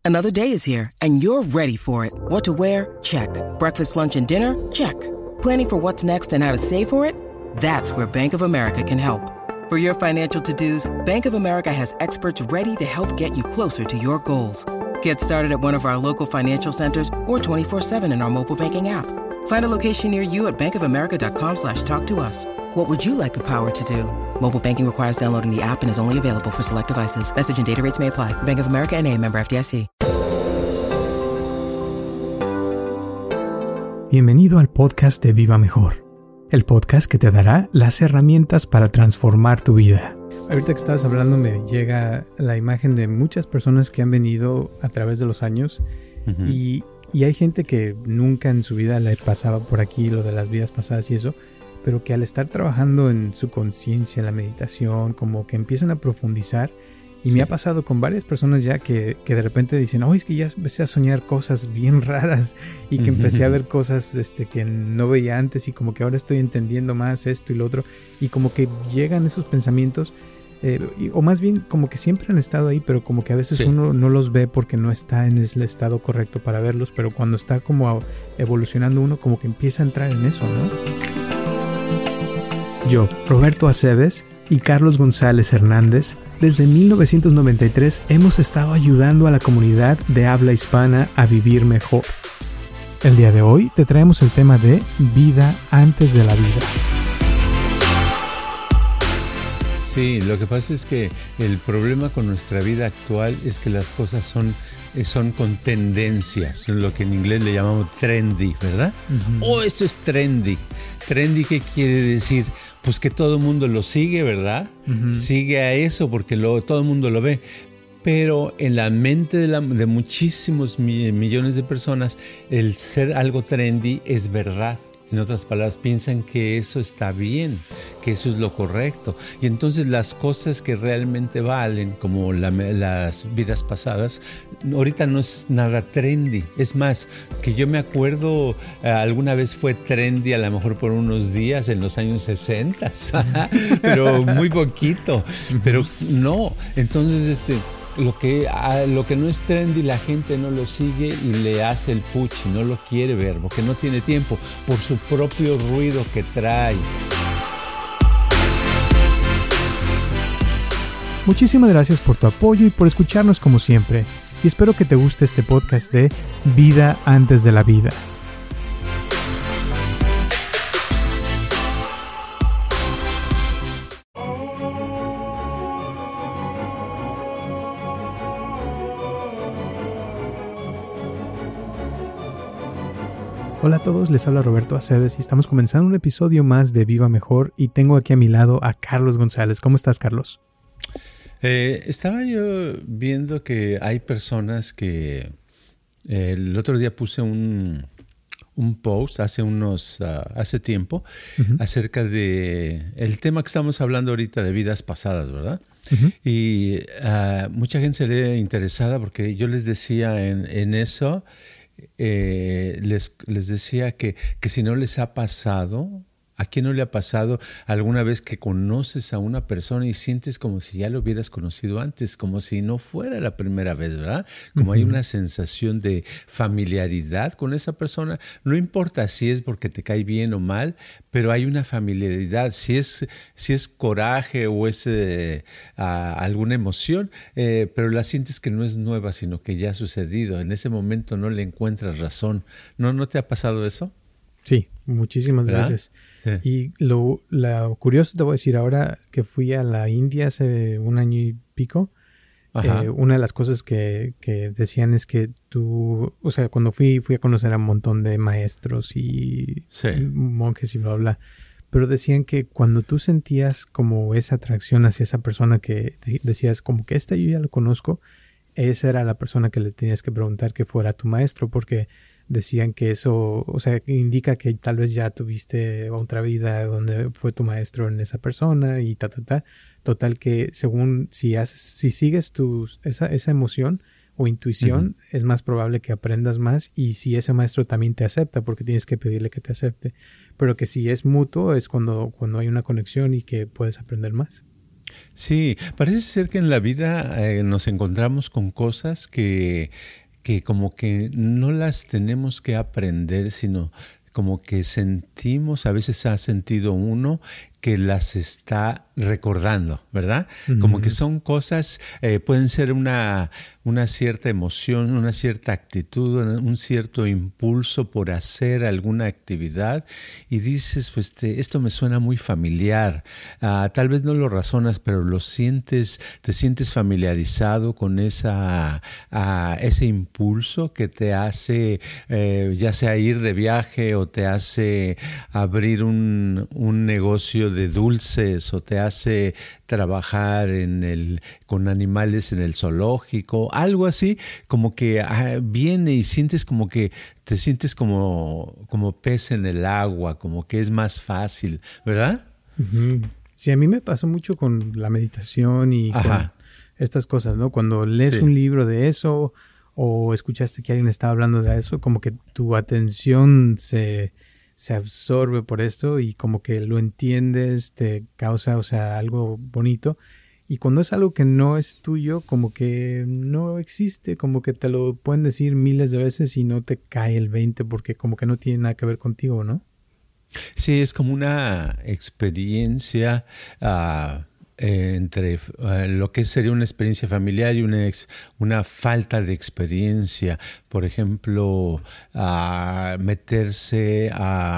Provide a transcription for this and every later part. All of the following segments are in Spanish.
Another day is here, and you're ready for it. What to wear? Check. Breakfast, lunch, and dinner? Check. Planning for what's next and how to save for it? That's where Bank of America can help. For your financial to-dos, Bank of America has experts ready to help get you closer to your goals. Get started at one of our local financial centers or 24/7 in our mobile banking app. Find a location near you at bankofamerica.com/talktous. What would you like the power to do? Mobile banking requires downloading the app and is only available for select devices. Message and data rates may apply. Bank of America N.A., member FDIC. Bienvenido al podcast de Viva Mejor, el podcast que te dará las herramientas para transformar tu vida. Ahorita que estabas hablando me llega la imagen de muchas personas que han venido a través de los años y hay gente que nunca en su vida le pasaba por aquí lo de las vidas pasadas y eso, pero que al estar trabajando en su conciencia, en la meditación, como que empiezan a profundizar. Y me ha pasado con varias personas ya que de repente dicen, es que ya empecé a soñar cosas bien raras y que empecé a ver cosas que no veía antes y como que ahora estoy entendiendo más esto y lo otro. Y como que llegan esos pensamientos, o más bien como que siempre han estado ahí, pero como que a veces uno no los ve porque no está en el estado correcto para verlos. Pero cuando está como evolucionando uno, como que empieza a entrar en eso, ¿no? Yo, Roberto Aceves y Carlos González Hernández, desde 1993 hemos estado ayudando a la comunidad de habla hispana a vivir mejor. El día de hoy te traemos el tema de vida antes de la vida. Sí, lo que pasa es que el problema con nuestra vida actual es que las cosas son con tendencias, lo que en inglés le llamamos trendy, ¿verdad? Esto es trendy. ¿Trendy qué quiere decir? Pues que todo el mundo lo sigue, ¿verdad? Sigue a eso porque todo el mundo lo ve. Pero en la mente de muchísimos millones de personas, el ser algo trendy es verdad. En otras palabras, piensan que eso está bien, que eso es lo correcto. Y entonces las cosas que realmente valen, como las vidas pasadas, ahorita no es nada trendy. Es más, que yo me acuerdo, alguna vez fue trendy a lo mejor por unos días en los años 60, pero muy poquito. Pero no, entonces lo que no es trendy, la gente no lo sigue y le hace el puchi, no lo quiere ver, porque no tiene tiempo, por su propio ruido que trae. Muchísimas gracias por tu apoyo y por escucharnos como siempre. Y espero que te guste este podcast de Vida antes de la vida. Hola a todos, les habla Roberto Aceves y estamos comenzando un episodio más de Viva Mejor y tengo aquí a mi lado a Carlos González. ¿Cómo estás, Carlos? Estaba yo viendo que hay personas que el otro día puse un post hace tiempo acerca de el tema que estamos hablando ahorita de vidas pasadas, ¿verdad? Y mucha gente se ve interesada porque yo les decía en eso. Les decía que si no les ha pasado, ¿a quién no le ha pasado alguna vez que conoces a una persona y sientes como si ya lo hubieras conocido antes, como si no fuera la primera vez, ¿verdad? Como hay una sensación de familiaridad con esa persona, no importa si es porque te cae bien o mal, pero hay una familiaridad, si es coraje o es alguna emoción, pero la sientes que no es nueva, sino que ya ha sucedido. En ese momento no le encuentras razón. ¿No te ha pasado eso? Sí, muchísimas veces. Sí. Y lo curioso te voy a decir ahora que fui a la India hace un año y pico. Una de las cosas que decían es que cuando fui a conocer a un montón de maestros y monjes y bla, bla. Pero decían que cuando tú sentías como esa atracción hacia esa persona que decías como que yo ya lo conozco, esa era la persona que le tenías que preguntar que fuera tu maestro, porque decían que eso, indica que tal vez ya tuviste otra vida donde fue tu maestro en esa persona y Total que según si sigues esa emoción o intuición, es más probable que aprendas más, y si ese maestro también te acepta, porque tienes que pedirle que te acepte. Pero que si es mutuo es cuando hay una conexión y que puedes aprender más. Sí, parece ser que en la vida nos encontramos con cosas que como que no las tenemos que aprender, sino como que sentimos, a veces ha sentido uno que las está recordando, ¿verdad? Como que Ujú. son cosas, pueden ser una cierta emoción, una cierta actitud, un cierto impulso por hacer alguna actividad y dices, pues esto me suena muy familiar. Tal vez no lo razonas, pero lo sientes, te sientes familiarizado con ese impulso que te hace, ya sea ir de viaje o te hace abrir un negocio de dulces o te hace trabajar con animales en el zoológico, algo así, como que viene y sientes como que te sientes como pez en el agua, como que es más fácil, ¿verdad? Ujú. Sí, a mí me pasó mucho con la meditación y con Ajá, estas cosas, ¿no? Cuando lees sí. un libro de eso o escuchaste que alguien estaba hablando de eso, como que tu atención se absorbe por esto y como que lo entiendes, te causa, o sea, algo bonito. Y cuando es algo que no es tuyo, como que no existe, como que te lo pueden decir miles de veces y no te cae el 20 porque como que no tiene nada que ver contigo, ¿no? Sí, es como una experiencia entre lo que sería una experiencia familiar y una falta de experiencia. Por ejemplo, meterse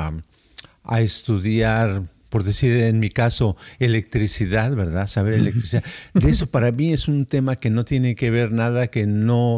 a estudiar, por decir en mi caso, electricidad, ¿verdad? Saber electricidad. De eso para mí es un tema que no tiene que ver nada, que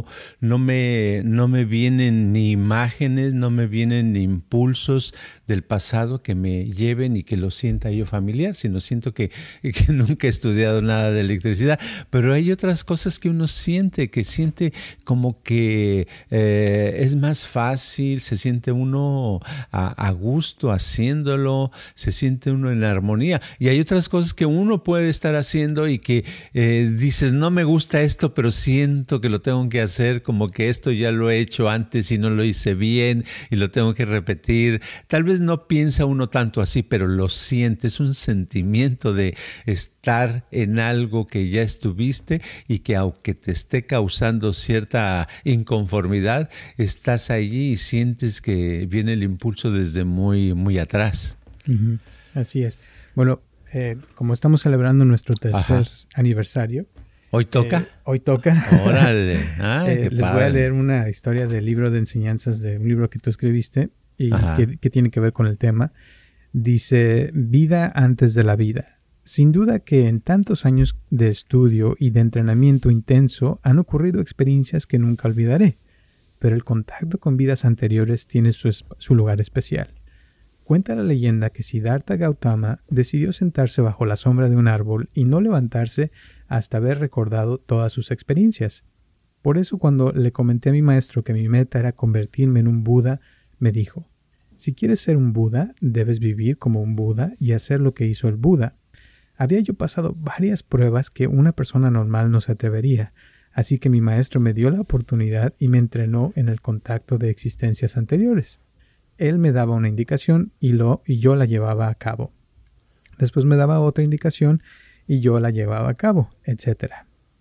no me vienen ni imágenes, no me vienen ni impulsos del pasado que me lleven y que lo sienta yo familiar, sino siento que nunca he estudiado nada de electricidad. Pero hay otras cosas que uno siente, que siente como que es más fácil, se siente uno a gusto haciéndolo, se siente uno en armonía. Y hay otras cosas que uno puede estar haciendo y que dices, no me gusta esto, pero siento que lo tengo que hacer, como que esto ya lo he hecho antes y no lo hice bien y lo tengo que repetir. Tal vez no piensa uno tanto así, pero lo siente, es un sentimiento de estar en algo que ya estuviste y que aunque te esté causando cierta inconformidad, estás allí y sientes que viene el impulso desde muy, muy atrás. Ujú. Así es. Bueno, como estamos celebrando nuestro tercer Ajá. aniversario, ¿Hoy toca? hoy toca. Órale. Ay, qué Les voy a padre. leer una historia del libro de enseñanzas de un libro que tú escribiste y Ajá. que tiene que ver con el tema. Dice, vida antes de la vida. Sin duda que en tantos años de estudio y de entrenamiento intenso han ocurrido experiencias que nunca olvidaré, pero el contacto con vidas anteriores tiene su lugar especial. Cuenta la leyenda que Siddhartha Gautama decidió sentarse bajo la sombra de un árbol y no levantarse hasta haber recordado todas sus experiencias. Por eso cuando le comenté a mi maestro que mi meta era convertirme en un Buda, me dijo, si quieres ser un Buda, debes vivir como un Buda y hacer lo que hizo el Buda. Había yo pasado varias pruebas que una persona normal no se atrevería, así que mi maestro me dio la oportunidad y me entrenó en el contacto de existencias anteriores. Él me daba una indicación y yo la llevaba a cabo. Después me daba otra indicación y yo la llevaba a cabo, etc.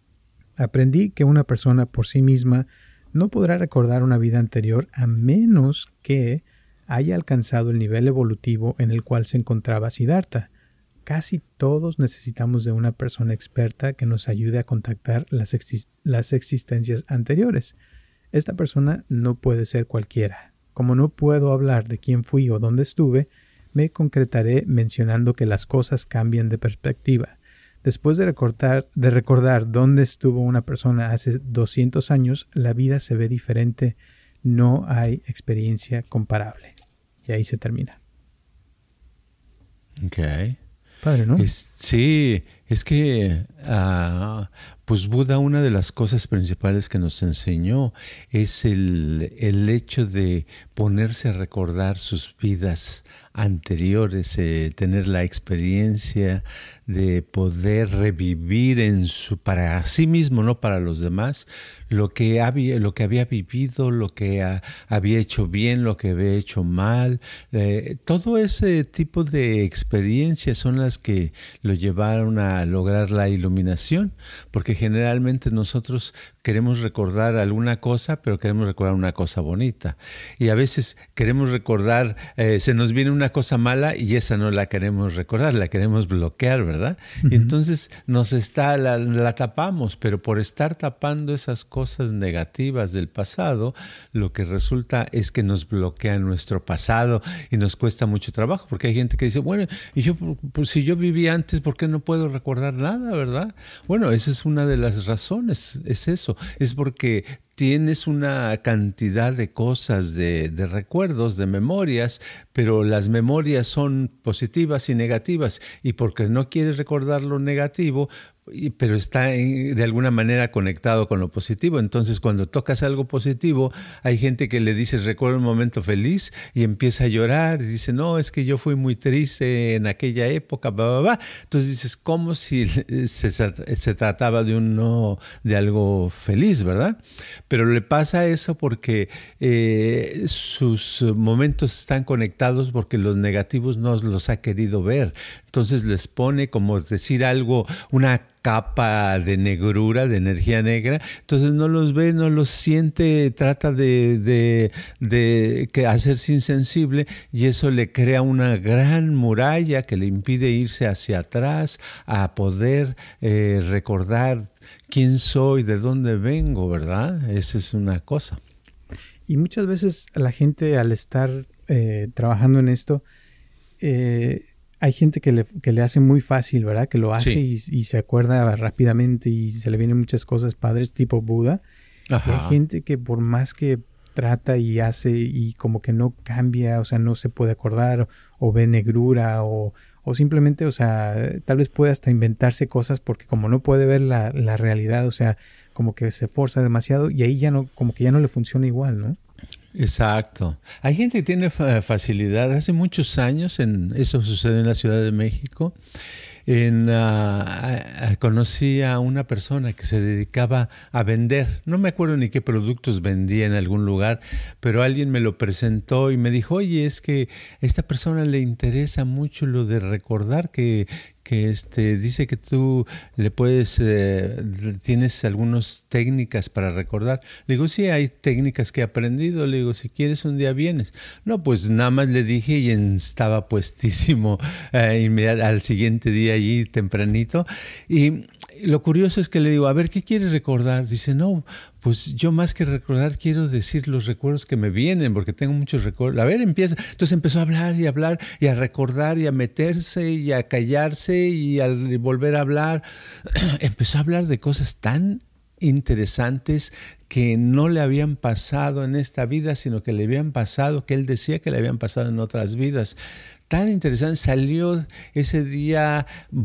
Aprendí que una persona por sí misma no podrá recordar una vida anterior a menos que haya alcanzado el nivel evolutivo en el cual se encontraba Siddhartha. Casi todos necesitamos de una persona experta que nos ayude a contactar las existencias anteriores. Esta persona no puede ser cualquiera. Como no puedo hablar de quién fui o dónde estuve, me concretaré mencionando que las cosas cambian de perspectiva. Después de recordar dónde estuvo una persona hace 200 años, la vida se ve diferente. No hay experiencia comparable. Y ahí se termina. Okay. Padre, ¿no? Sí, es que pues Buda, una de las cosas principales que nos enseñó es el hecho de ponerse a recordar sus vidas anteriores, tener la experiencia de poder revivir para sí mismo, no para los demás, lo que había vivido, lo que había hecho bien, lo que había hecho mal. Todo ese tipo de experiencias son las que lo llevaron a lograr la iluminación, porque generalmente nosotros queremos recordar alguna cosa, pero queremos recordar una cosa bonita. Y a veces queremos recordar, se nos viene una cosa mala y esa no la queremos recordar, la queremos bloquear, ¿verdad? Uh-huh. Y entonces la tapamos, pero por estar tapando esas cosas negativas del pasado, lo que resulta es que nos bloquea nuestro pasado y nos cuesta mucho trabajo, porque hay gente que dice, bueno, y yo, pues si yo viví antes, ¿por qué no puedo recordar nada, verdad? Bueno, esa es una de las razones, es eso, es porque tienes una cantidad de cosas, de recuerdos, de memorias, pero las memorias son positivas y negativas, y porque no quieres recordar lo negativo, pero está de alguna manera conectado con lo positivo. Entonces, cuando tocas algo positivo, hay gente que le dices, recuerda un momento feliz, y empieza a llorar, y dice, no, es que yo fui muy triste en aquella época, bla, bla, bla. Entonces dices, como si se trataba de algo feliz, ¿verdad? Pero le pasa eso porque sus momentos están conectados porque los negativos no los ha querido ver. Entonces les pone, como decir algo, una capa de negrura, de energía negra. Entonces no los ve, no los siente, trata de hacerse insensible, y eso le crea una gran muralla que le impide irse hacia atrás a poder recordar quién soy, de dónde vengo, ¿verdad? Esa es una cosa. Y muchas veces la gente, al estar trabajando en esto, hay gente que le hace muy fácil, ¿verdad? Que lo hace, sí, y se acuerda rápidamente y se le vienen muchas cosas padres, tipo Buda. Ajá. Y hay gente que por más que trata y hace y como que no cambia, o sea, no se puede acordar o ve negrura o simplemente, o sea, tal vez puede hasta inventarse cosas porque como no puede ver la realidad, o sea, como que se esfuerza demasiado y ahí ya no, como que ya no le funciona igual, ¿no? Exacto. Hay gente que tiene facilidad. Hace muchos años, eso sucedió en la Ciudad de México, conocí a una persona que se dedicaba a vender. No me acuerdo ni qué productos vendía en algún lugar, pero alguien me lo presentó y me dijo, oye, es que a esta persona le interesa mucho lo de recordar que dice que tú le puedes, tienes algunas técnicas para recordar. Le digo, sí, hay técnicas que he aprendido. Le digo, si quieres un día vienes. No, pues nada más le dije y estaba puestísimo al siguiente día allí tempranito. Y lo curioso es que le digo, a ver, ¿qué quieres recordar? Dice, no, pues yo más que recordar quiero decir los recuerdos que me vienen, porque tengo muchos recuerdos. A ver, empieza. Entonces empezó a hablar y a recordar y a meterse y a callarse y a volver a hablar. Empezó a hablar de cosas tan interesantes que no le habían pasado en esta vida, sino que le habían pasado, que él decía que le habían pasado en otras vidas. Tan interesante, salió ese día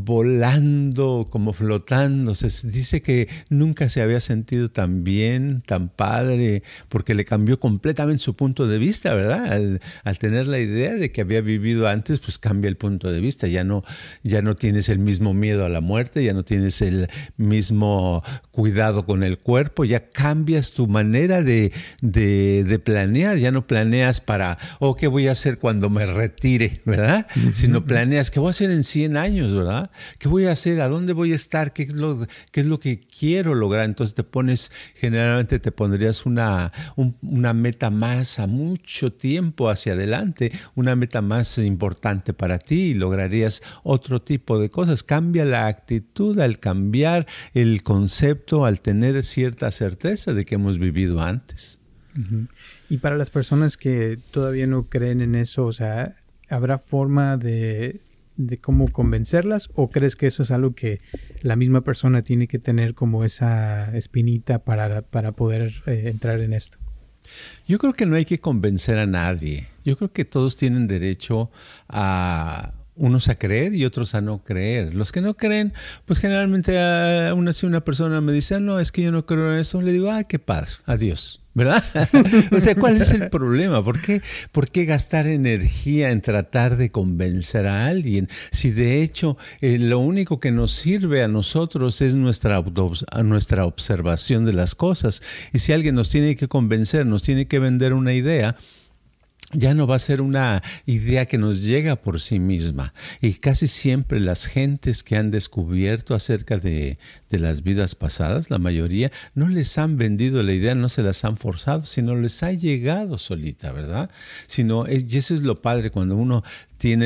volando, como flotando. Se dice que nunca se había sentido tan bien, tan padre, porque le cambió completamente su punto de vista, ¿verdad? Al tener la idea de que había vivido antes, pues cambia el punto de vista. Ya no tienes el mismo miedo a la muerte, ya no tienes el mismo cuidado con el cuerpo, ya cambias tu manera de planear. Ya no planeas para, ¿qué voy a hacer cuando me retire?, ¿verdad? Sino planeas, ¿qué voy a hacer en 100 años, verdad? ¿Qué voy a hacer? ¿A dónde voy a estar? ¿Qué es lo que quiero lograr? Entonces generalmente te pondrías una meta más a mucho tiempo hacia adelante, una meta más importante para ti, y lograrías otro tipo de cosas. Cambia la actitud al cambiar el concepto, al tener cierta certeza de que hemos vivido antes. Uh-huh. Y para las personas que todavía no creen en eso, o sea, ¿habrá forma de cómo convencerlas, o crees que eso es algo que la misma persona tiene que tener como esa espinita para poder entrar en esto? Yo creo que no hay que convencer a nadie. Yo creo que todos tienen derecho a unos a creer y otros a no creer. Los que no creen, pues generalmente aún así una persona me dice, no, es que yo no creo en eso. Le digo, qué padre, adiós. ¿Verdad? O sea, ¿cuál es el problema? ¿Por qué gastar energía en tratar de convencer a alguien? Si de hecho lo único que nos sirve a nosotros es nuestra observación de las cosas. Y si alguien nos tiene que convencer, nos tiene que vender una idea, ya no va a ser una idea que nos llega por sí misma. Y casi siempre las gentes que han descubierto acerca de las vidas pasadas, la mayoría, no les han vendido la idea, no se las han forzado, sino les ha llegado solita, ¿verdad? Y eso es lo padre cuando uno tiene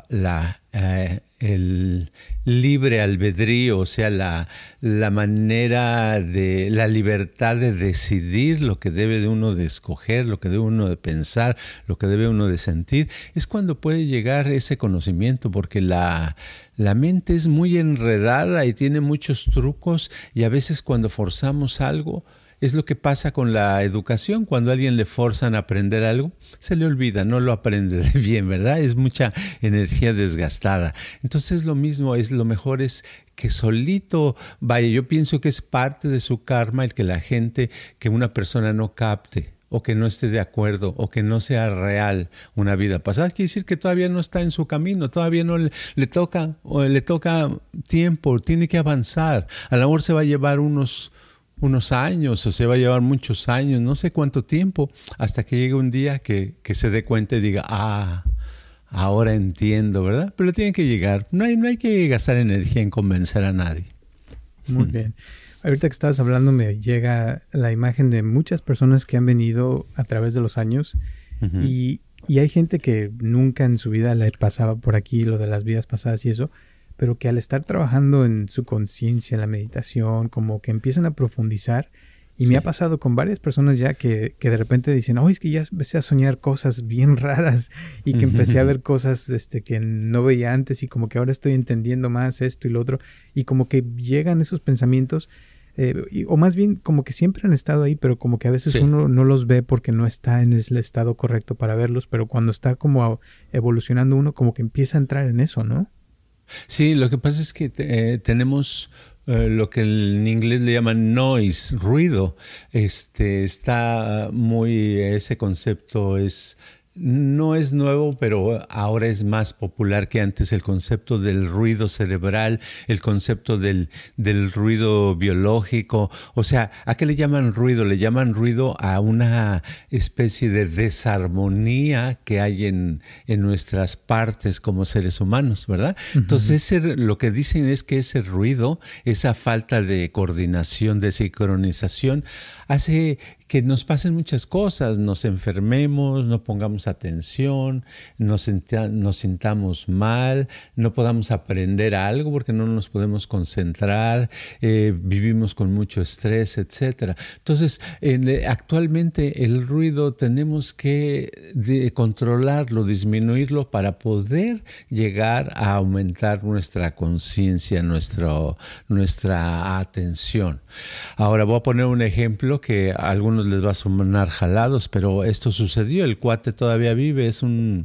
el libre albedrío, o sea, la manera de la libertad de decidir lo que debe de uno de escoger, lo que debe uno de pensar, lo que debe uno de sentir, es cuando puede llegar ese conocimiento, porque la mente es muy enredada y tiene muchos trucos, y a veces cuando forzamos algo, es lo que pasa con la educación. Cuando a alguien le forzan a aprender algo, se le olvida, no lo aprende bien, ¿verdad? Es mucha energía desgastada. Entonces lo mismo, lo mejor es que solito vaya. Yo pienso que es parte de su karma el que una persona no capte, o que no esté de acuerdo, o que no sea real una vida pasada. Quiere decir que todavía no está en su camino, todavía no le toca tiempo, tiene que avanzar. A lo mejor se va a llevar unos años, o se va a llevar muchos años, no sé cuánto tiempo, hasta que llegue un día que se dé cuenta y diga, ahora entiendo, ¿verdad? Pero tiene que llegar. No hay que gastar energía en convencer a nadie. Muy bien. Ahorita que estabas hablando me llega la imagen de muchas personas que han venido a través de los años, uh-huh. y hay gente que nunca en su vida le pasaba por aquí lo de las vidas pasadas y eso, pero que al estar trabajando en su conciencia, en la meditación, como que empiezan a profundizar. Y me ha pasado con varias personas ya que de repente dicen, es que ya empecé a soñar cosas bien raras y que empecé a ver cosas que no veía antes y como que ahora estoy entendiendo más esto y lo otro. Y como que llegan esos pensamientos, o más bien como que siempre han estado ahí, pero como que a veces uno no los ve porque no está en el estado correcto para verlos, pero cuando está como evolucionando uno como que empieza a entrar en eso, ¿no? Sí, lo que pasa es que tenemos lo que en inglés le llaman noise, ruido. Está ese concepto no es nuevo, pero ahora es más popular que antes, el concepto del ruido cerebral, el concepto del ruido biológico. O sea, ¿a qué le llaman ruido? Le llaman ruido a una especie de desarmonía que hay en nuestras partes como seres humanos, ¿verdad? Uh-huh. Entonces, lo que dicen es que ese ruido, esa falta de coordinación, de sincronización, hace que nos pasen muchas cosas, nos enfermemos, no pongamos atención, nos sintamos mal, no podamos aprender algo porque no nos podemos concentrar, vivimos con mucho estrés, etc. Entonces, actualmente el ruido tenemos que controlarlo, disminuirlo para poder llegar a aumentar nuestra conciencia, nuestra atención. Ahora voy a poner un ejemplo que a algunos les va a sonar jalados, pero esto sucedió. El cuate todavía vive, es bueno,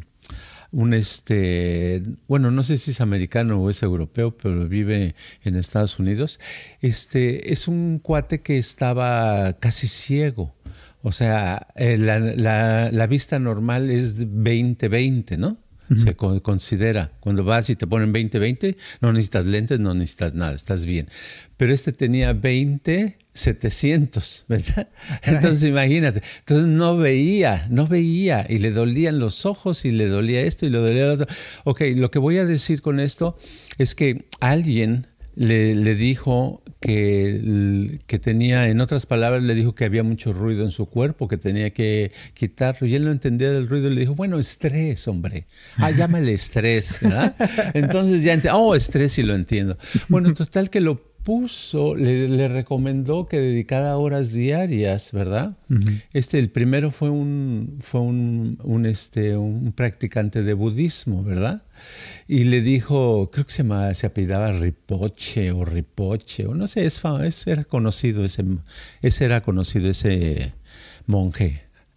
no sé si es americano o es europeo, pero vive en Estados Unidos. Es un cuate que estaba casi ciego. O sea, la vista normal es 20/20, ¿no? Uh-huh. Se considera. Cuando vas y te ponen 20/20, no necesitas lentes, no necesitas nada, estás bien. Pero tenía 20/700, ¿verdad? Entonces imagínate. Entonces no veía y le dolían los ojos y le dolía esto y le dolía lo otro. Ok, lo que voy a decir con esto es que alguien le dijo que tenía, en otras palabras, le dijo que había mucho ruido en su cuerpo, que tenía que quitarlo. Y él no entendía del ruido y le dijo, bueno, estrés, hombre. Llámale estrés, ¿verdad? Entonces ya estrés, sí lo entiendo. Bueno, total que lo puso, le recomendó que dedicara horas diarias, ¿verdad? Uh-huh. El primero fue un practicante de budismo, ¿verdad? Y le dijo, creo que se apellidaba Ripoche, o no sé, era conocido ese monje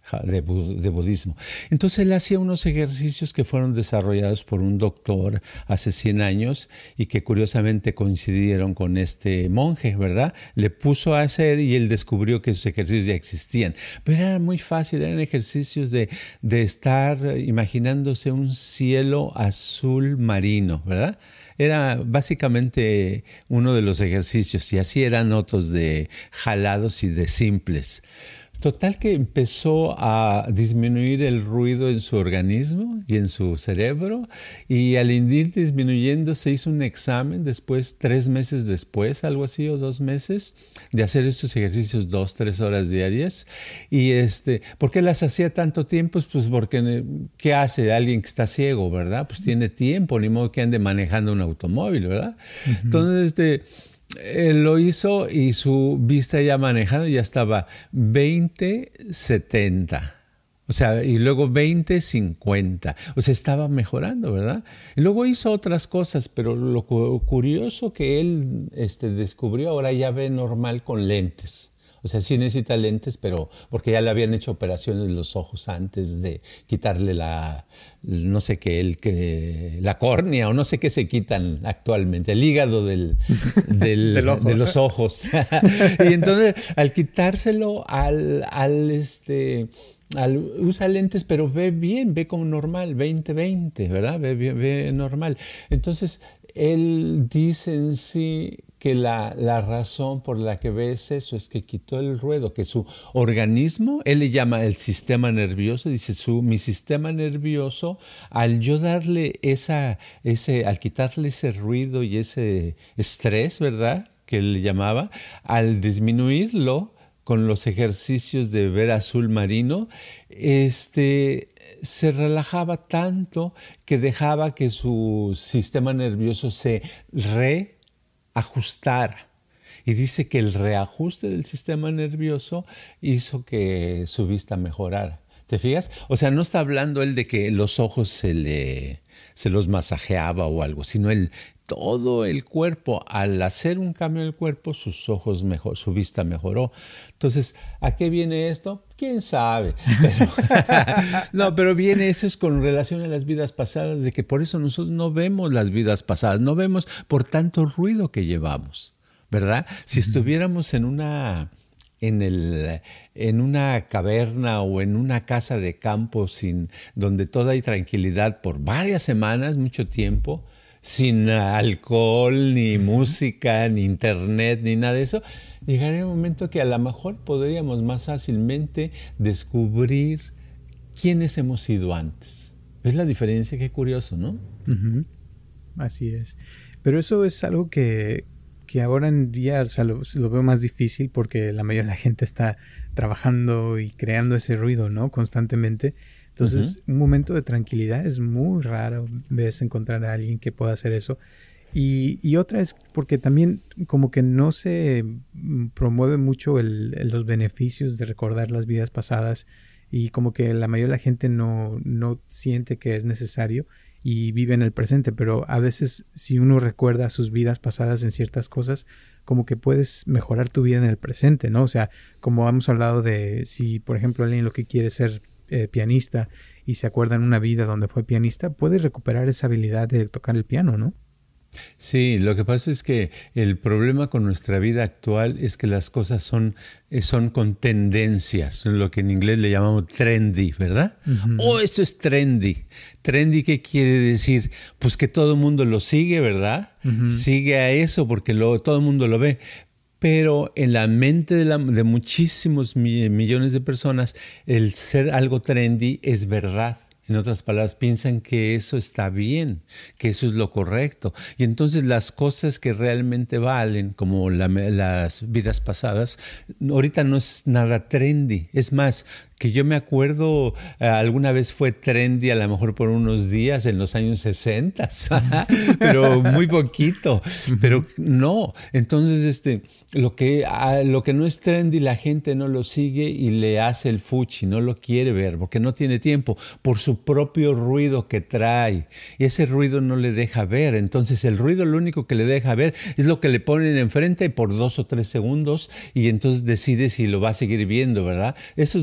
de budismo. Entonces él hacía unos ejercicios que fueron desarrollados por un doctor hace 100 años y que curiosamente coincidieron con este monje, ¿verdad? Le puso a hacer y él descubrió que esos ejercicios ya existían. Pero era muy fácil, eran ejercicios de estar imaginándose un cielo azul marino, ¿verdad? Era básicamente uno de los ejercicios y así eran otros de jalados y de simples. Total que empezó a disminuir el ruido en su organismo y en su cerebro y al ir disminuyendo se hizo un examen después, 3 meses después, algo así, o 2 meses, de hacer estos ejercicios 2-3 horas diarias. Y ¿por qué las hacía tanto tiempo? Pues porque, ¿qué hace alguien que está ciego, verdad? Pues tiene tiempo, ni modo que ande manejando un automóvil, ¿verdad? Uh-huh. Entonces, él lo hizo y su vista ya manejando ya estaba 20-70. O sea, y luego 20-50. O sea, estaba mejorando, ¿verdad? Y luego hizo otras cosas, pero lo curioso que él descubrió, ahora ya ve normal con lentes. O sea, sí necesita lentes, pero porque ya le habían hecho operaciones en los ojos antes de quitarle la córnea o no sé qué se quitan actualmente, el hígado de los ojos. Y entonces, al quitárselo, usa lentes, pero ve bien, ve como normal, 20-20, ¿verdad? Ve normal. Entonces, él dice en sí que la razón por la que ve eso es que quitó el ruido, que su organismo, él le llama el sistema nervioso, dice mi sistema nervioso, al yo darle al quitarle ese ruido y ese estrés, ¿verdad? Que él le llamaba, al disminuirlo con los ejercicios de ver azul marino, se relajaba tanto que dejaba que su sistema nervioso se reajustara. Y dice que el reajuste del sistema nervioso hizo que su vista mejorara. ¿Te fijas? O sea, no está hablando él de que los ojos se los masajeaba o algo, sino todo el cuerpo. Al hacer un cambio en el cuerpo, sus ojos su vista mejoró. Entonces, ¿a qué viene esto? ¿Quién sabe? Pero viene eso es con relación a las vidas pasadas, de que por eso nosotros no vemos las vidas pasadas, no vemos por tanto ruido que llevamos, ¿verdad? Si estuviéramos en una caverna o en una casa de campo donde todo hay tranquilidad por varias semanas, mucho tiempo, sin alcohol, ni música, ni internet, ni nada de eso, llegaría un momento que a lo mejor podríamos más fácilmente descubrir quiénes hemos sido antes. ¿Ves la diferencia? Qué curioso, ¿no? Uh-huh. Así es. Pero eso es algo que ahora en día, o sea, lo veo más difícil porque la mayoría de la gente está trabajando y creando ese ruido, ¿no? Constantemente. Entonces, un momento de tranquilidad es muy raro, ves, encontrar a alguien que pueda hacer eso. Y otra es porque también como que no se promueve mucho los beneficios de recordar las vidas pasadas y como que la mayoría de la gente no siente que es necesario y vive en el presente, pero a veces si uno recuerda sus vidas pasadas en ciertas cosas, como que puedes mejorar tu vida en el presente, ¿no? O sea, como hemos hablado de si, por ejemplo, alguien lo que quiere ser pianista y se acuerda en una vida donde fue pianista, puede recuperar esa habilidad de tocar el piano, ¿no? Sí, lo que pasa es que el problema con nuestra vida actual es que las cosas son con tendencias, lo que en inglés le llamamos trendy, ¿verdad? Uh-huh. Esto es trendy. ¿Trendy qué quiere decir? Pues que todo el mundo lo sigue, ¿verdad? Uh-huh. Sigue a eso porque todo el mundo lo ve. Pero en la mente de muchísimos millones de personas, el ser algo trendy es verdad. En otras palabras, piensan que eso está bien, que eso es lo correcto. Y entonces las cosas que realmente valen, como las vidas pasadas, ahorita no es nada trendy. Es más, que yo me acuerdo, alguna vez fue trendy a lo mejor por unos días en los años 60, pero muy poquito. Pero no. Entonces, lo que no es trendy, la gente no lo sigue y le hace el fuchi, no lo quiere ver porque no tiene tiempo, por su propio ruido que trae. Y ese ruido no le deja ver. Entonces, el ruido lo único que le deja ver es lo que le ponen enfrente por 2 o 3 segundos y entonces decide si lo va a seguir viendo, ¿verdad? Esos 2 o 3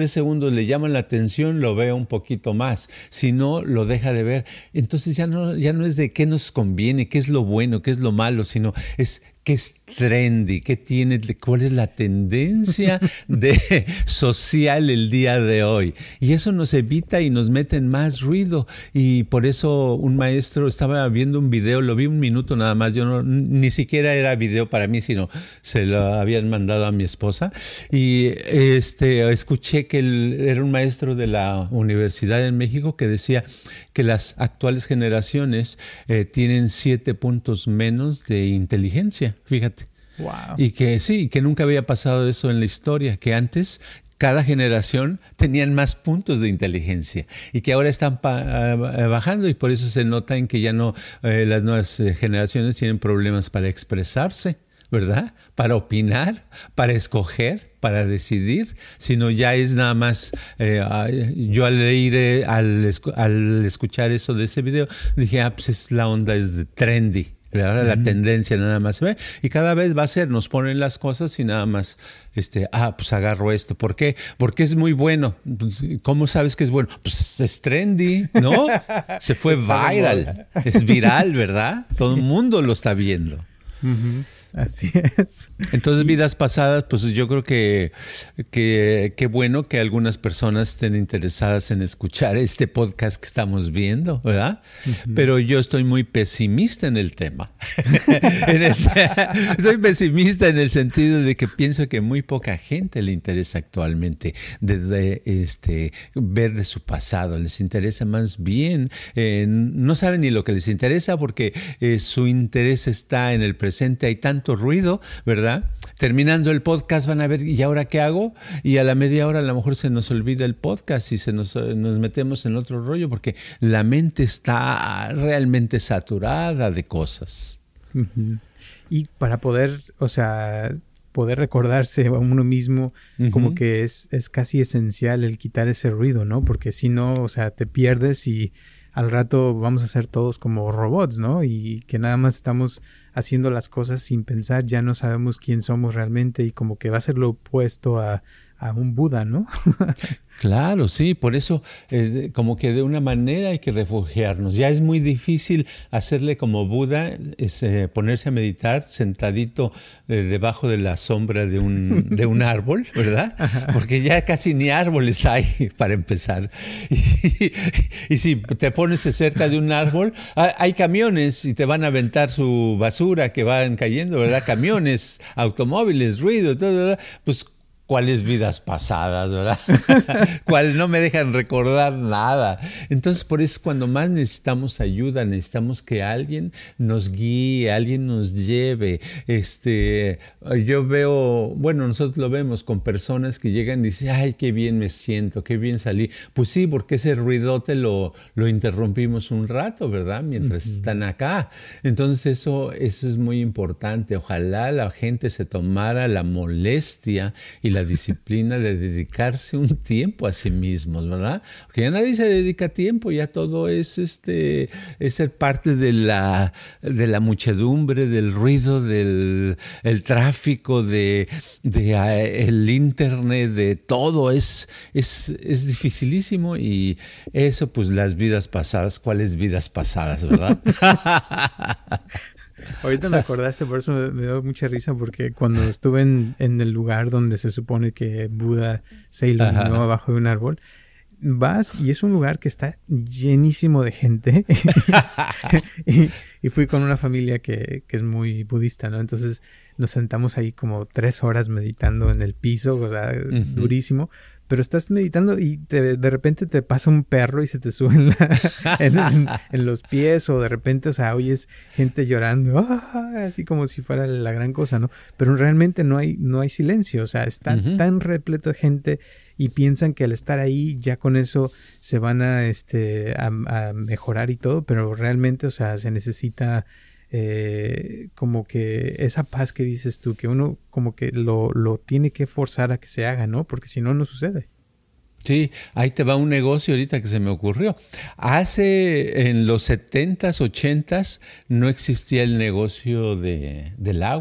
3 segundos le llaman la atención, lo vea un poquito más. Si no, lo deja de ver. Entonces ya no es de qué nos conviene, qué es lo bueno, qué es lo malo, sino es qué es trendy, cuál es la tendencia social el día de hoy. Y eso nos evita y nos mete en más ruido. Y por eso un maestro estaba viendo un video, lo vi un minuto nada más, ni siquiera era video para mí, sino se lo habían mandado a mi esposa. Y escuché que era un maestro de la Universidad de México que decía que las actuales generaciones tienen 7 puntos menos de inteligencia, fíjate. Wow. Y que nunca había pasado eso en la historia, que antes cada generación tenían más puntos de inteligencia y que ahora están bajando, y por eso se nota en que ya no las nuevas generaciones tienen problemas para expresarse, ¿verdad? Para opinar, para escoger, para decidir, sino ya es nada más, yo al escuchar eso de ese video, dije, pues es la onda, es de trendy, ¿verdad? La tendencia nada más se ve, y cada vez va a ser, nos ponen las cosas y nada más, pues agarro esto. ¿Por qué? Porque es muy bueno. ¿Cómo sabes que es bueno? Pues es trendy, ¿no? Se fue viral, es viral, ¿verdad? Sí. Todo el mundo lo está viendo. Uh-huh. Así es. Entonces, vidas pasadas, pues yo creo que qué bueno que algunas personas estén interesadas en escuchar este podcast que estamos viendo, ¿verdad? Uh-huh. Pero yo estoy muy pesimista en el tema. Soy pesimista en el sentido de que pienso que muy poca gente le interesa actualmente ver de su pasado. Les interesa más bien, no saben ni lo que les interesa porque su interés está en el presente. Hay tanto ruido, ¿verdad? Terminando el podcast van a ver, ¿y ahora qué hago? Y a la media hora a lo mejor se nos olvida el podcast y nos metemos en otro rollo porque la mente está realmente saturada de cosas. Uh-huh. Y para poder recordarse a uno mismo, uh-huh, como que es casi esencial el quitar ese ruido, ¿no? Porque si no, te pierdes y al rato vamos a ser todos como robots, ¿no? Y que nada más estamos haciendo las cosas sin pensar, ya no sabemos quién somos realmente y como que va a ser lo opuesto a un Buda, ¿no? Claro, sí, por eso como que de una manera hay que refugiarnos. Ya es muy difícil hacerle como Buda, ponerse a meditar sentadito debajo de la sombra de un árbol, ¿verdad? Porque ya casi ni árboles hay para empezar. Y si te pones cerca de un árbol, hay camiones y te van a aventar su basura que van cayendo, ¿verdad? Camiones, automóviles, ruido, todo, pues ¿cuáles vidas pasadas, verdad? ¿Cuáles no me dejan recordar nada? Entonces, por eso es cuando más necesitamos ayuda, necesitamos que alguien nos guíe, alguien nos lleve. Yo veo, nosotros lo vemos con personas que llegan y dicen, ay, qué bien me siento, qué bien salí. Pues sí, porque ese ruidote lo interrumpimos un rato, ¿verdad? Mientras están acá. Entonces, eso es muy importante. Ojalá la gente se tomara la molestia y la disciplina de dedicarse un tiempo a sí mismos, ¿verdad? Porque ya nadie se dedica tiempo, ya todo es ser parte de la muchedumbre, del ruido, del tráfico, el internet, de todo, es dificilísimo. Y eso, pues las vidas pasadas, ¿cuáles vidas pasadas, verdad? Ahorita me acordaste, por eso me dio mucha risa, porque cuando estuve en el lugar donde se supone que Buda se iluminó abajo de un árbol, vas y es un lugar que está llenísimo de gente y fui con una familia que es muy budista, ¿no? Entonces nos sentamos ahí como 3 horas meditando en el piso, durísimo. Pero estás meditando y de repente te pasa un perro y se te sube en los pies, o de repente, oyes gente llorando, así como si fuera la gran cosa, ¿no? Pero realmente no hay silencio, está tan repleto de gente y piensan que al estar ahí ya con eso se van a mejorar y todo, pero realmente, se necesita como que esa paz que dices tú, que uno como que lo tiene que forzar a que se haga, ¿no? Porque si no, no sucede. Sí, ahí te va un negocio ahorita que se me ocurrió. En los 70s, 80s no existía el negocio del agua.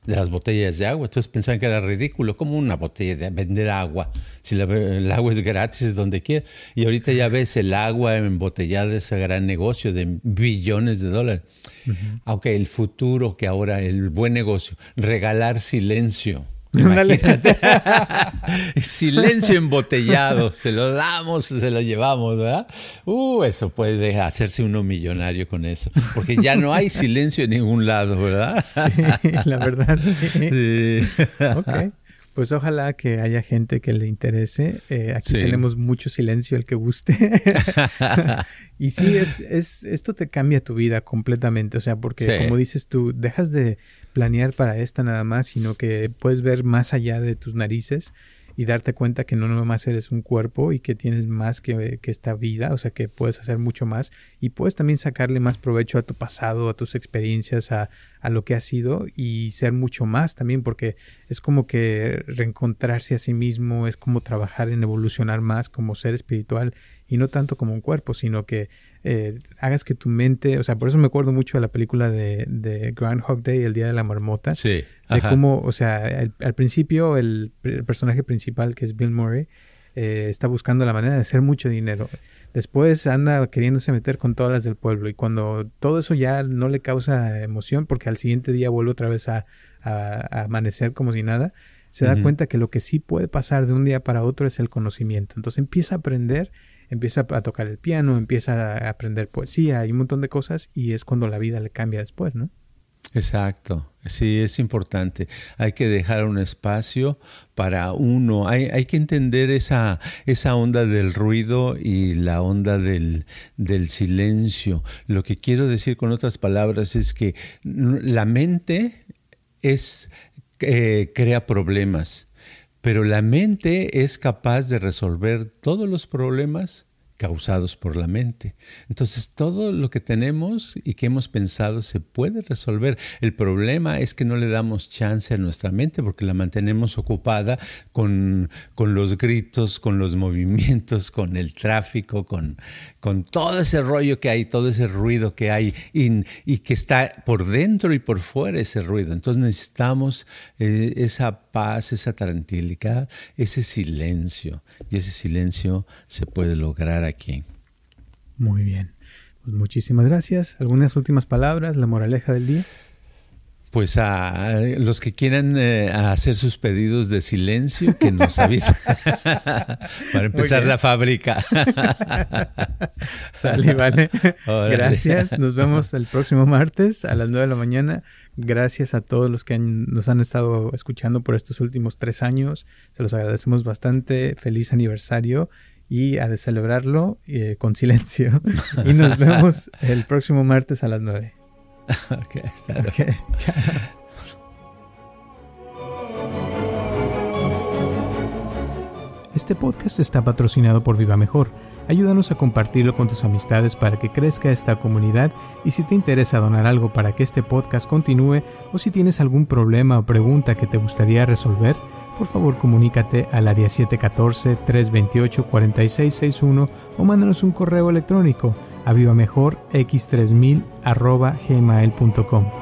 de las botellas de agua. Entonces pensaban que era ridículo, como una botella de vender agua, si el agua es gratis donde quiera. Y ahorita ya ves el agua embotellada, ese gran negocio de billones de dólares. Aunque el futuro, que ahora el buen negocio, regalar silencio. Imagínate. Silencio embotellado, se lo damos, se lo llevamos, ¿verdad? Eso puede hacerse uno millonario con eso, porque ya no hay silencio en ningún lado, ¿verdad? Sí, la verdad, sí. Ok, pues ojalá que haya gente que le interese. Aquí tenemos mucho silencio, el que guste. Y sí, esto te cambia tu vida completamente, o sea, porque como dices tú, dejas de planear para esta nada más, sino que puedes ver más allá de tus narices y darte cuenta que no nomás eres un cuerpo y que tienes más que esta vida, o sea que puedes hacer mucho más y puedes también sacarle más provecho a tu pasado, a tus experiencias, a lo que has sido y ser mucho más también, porque es como que reencontrarse a sí mismo, es como trabajar en evolucionar más como ser espiritual y no tanto como un cuerpo, sino que hagas que tu mente, o sea, por eso me acuerdo mucho de la película de Groundhog Day, El Día de la Marmota, de cómo, o sea, al principio el personaje principal, que es Bill Murray, está buscando la manera de hacer mucho dinero. Después anda queriéndose meter con todas las del pueblo y cuando todo eso ya no le causa emoción, porque al siguiente día vuelve otra vez a amanecer como si nada, se da cuenta que lo que sí puede pasar de un día para otro es el conocimiento. Entonces empieza a aprender, empieza a tocar el piano, empieza a aprender poesía y un montón de cosas y es cuando la vida le cambia después, ¿no? Exacto, sí, es importante. Hay que dejar un espacio para uno. Hay que entender esa onda del ruido y la onda del silencio. Lo que quiero decir con otras palabras es que la mente crea problemas, pero la mente es capaz de resolver todos los problemas causados por la mente. Entonces, todo lo que tenemos y que hemos pensado se puede resolver. El problema es que no le damos chance a nuestra mente porque la mantenemos ocupada con los gritos, con los movimientos, con el tráfico, con todo ese rollo que hay, todo ese ruido que hay y que está por dentro y por fuera ese ruido. Entonces, necesitamos esa paz, esa tranquilidad, ese silencio. Y ese silencio se puede lograr aquí. Muy bien. Pues muchísimas gracias. ¿Algunas últimas palabras? ¿La moraleja del día? Pues a los que quieran hacer sus pedidos de silencio, que nos avisen para empezar la fábrica. Sale, vale. Gracias. Nos vemos el próximo martes a las 9 de la mañana. Gracias a todos los que nos han estado escuchando por estos últimos 3 años. Se los agradecemos bastante. Feliz aniversario y a de celebrarlo con silencio. Y nos vemos el próximo martes a las 9. Okay, chao. Este podcast está patrocinado por Viva Mejor. Ayúdanos a compartirlo con tus amistades para que crezca esta comunidad y si te interesa donar algo para que este podcast continúe o si tienes algún problema o pregunta que te gustaría resolver, por favor comunícate al área 714-328-4661 o mándanos un correo electrónico a vivamejorx3000@gmail.com.